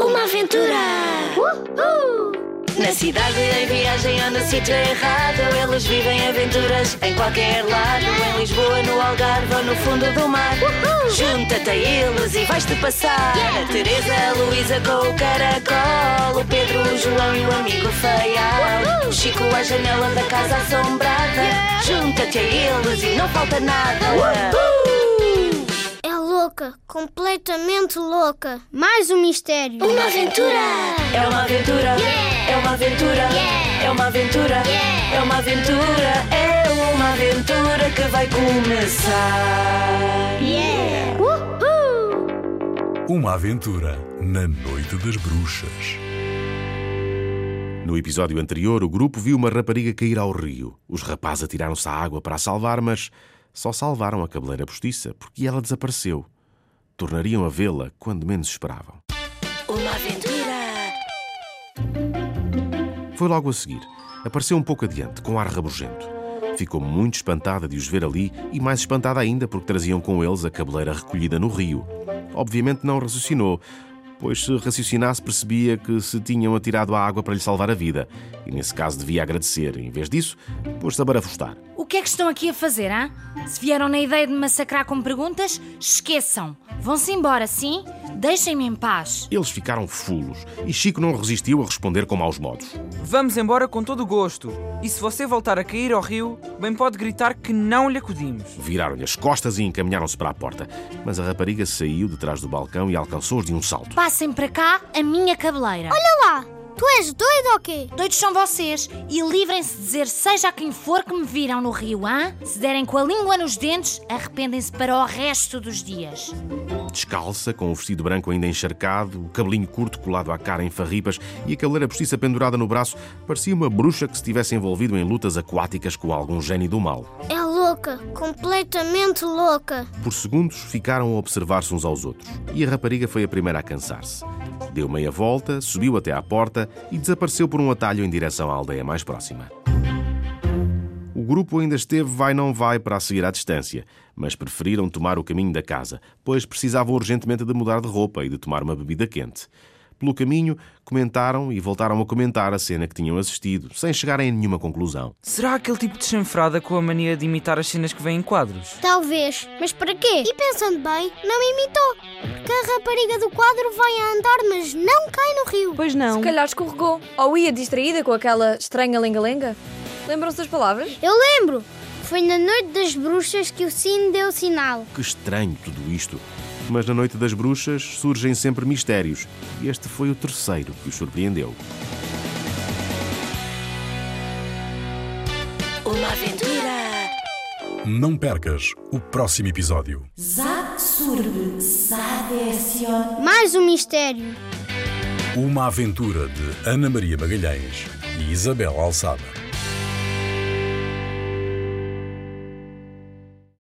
Uma aventura! Na cidade, em viagem ou no sítio errado, eles vivem aventuras em qualquer lado. Em Lisboa, no Algarve ou no fundo do mar. Junta-te a eles e vais-te passar. A Teresa, a Luísa com o caracol, o Pedro, o João e o amigo Feial, o Chico à janela da casa assombrada. Junta-te a eles e não falta nada. Louca, completamente louca. Mais um mistério. Uma aventura! É uma aventura! É uma aventura! É uma aventura! É uma aventura! É uma aventura que vai começar! Uma aventura na Noite das Bruxas. No episódio anterior, o grupo viu uma rapariga cair ao rio. Os rapazes atiraram-se à água para a salvar, mas só salvaram a cabeleira postiça porque ela desapareceu. Tornariam a vê-la quando menos esperavam. Uma aventura! Foi logo a seguir. Apareceu um pouco adiante, com ar rabugento. Ficou muito espantada de os ver ali e mais espantada ainda porque traziam com eles a cabeleira recolhida no rio. Obviamente não raciocinou, pois se raciocinasse percebia que se tinham atirado à água para lhe salvar a vida. E nesse caso devia agradecer. Em vez disso, pôs-se a barafustar. O que é que estão aqui a fazer, hã? Se vieram na ideia de me massacrar com perguntas, esqueçam. Vão-se embora, sim? Deixem-me em paz. Eles ficaram fulos e Chico não resistiu a responder com maus modos. Vamos embora com todo o gosto. E se você voltar a cair ao rio, bem pode gritar que não lhe acudimos. Viraram-lhe as costas e encaminharam-se para a porta. Mas a rapariga saiu de trás do balcão e alcançou-os de um salto. Passem para cá a minha cabeleira. Olha lá! Tu és doido ou quê? Doidos são vocês e livrem-se de dizer seja a quem for que me viram no rio, hã? Se derem com a língua nos dentes, arrependem-se para o resto dos dias. Descalça, com o vestido branco ainda encharcado, o cabelinho curto colado à cara em farripas e a cabeleira postiça pendurada no braço, parecia uma bruxa que se tivesse envolvido em lutas aquáticas com algum gênio do mal. É louca, completamente louca. Por segundos ficaram a observar-se uns aos outros e a rapariga foi a primeira a cansar-se. Deu meia volta, subiu até à porta e desapareceu por um atalho em direção à aldeia mais próxima. O grupo ainda esteve vai-não vai para a seguir à distância, mas preferiram tomar o caminho da casa, pois precisavam urgentemente de mudar de roupa e de tomar uma bebida quente. Pelo caminho, comentaram e voltaram a comentar a cena que tinham assistido, sem chegarem a nenhuma conclusão. Será aquele tipo de chanfrada com a mania de imitar as cenas que vêm em quadros? Talvez, mas para quê? E pensando bem, não me imitou. Porque a rapariga do quadro vai a andar, mas não cai no rio. Pois não. Se calhar escorregou. Ou ia distraída com aquela estranha lenga-lenga. Lembram-se das palavras? Eu lembro! Foi na Noite das Bruxas que o sino deu sinal. Que estranho tudo isto. Mas na Noite das Bruxas surgem sempre mistérios. E este foi o terceiro que os surpreendeu. Uma aventura! Não percas o próximo episódio. Mais um mistério. Uma aventura de Ana Maria Magalhães e Isabel Alçada.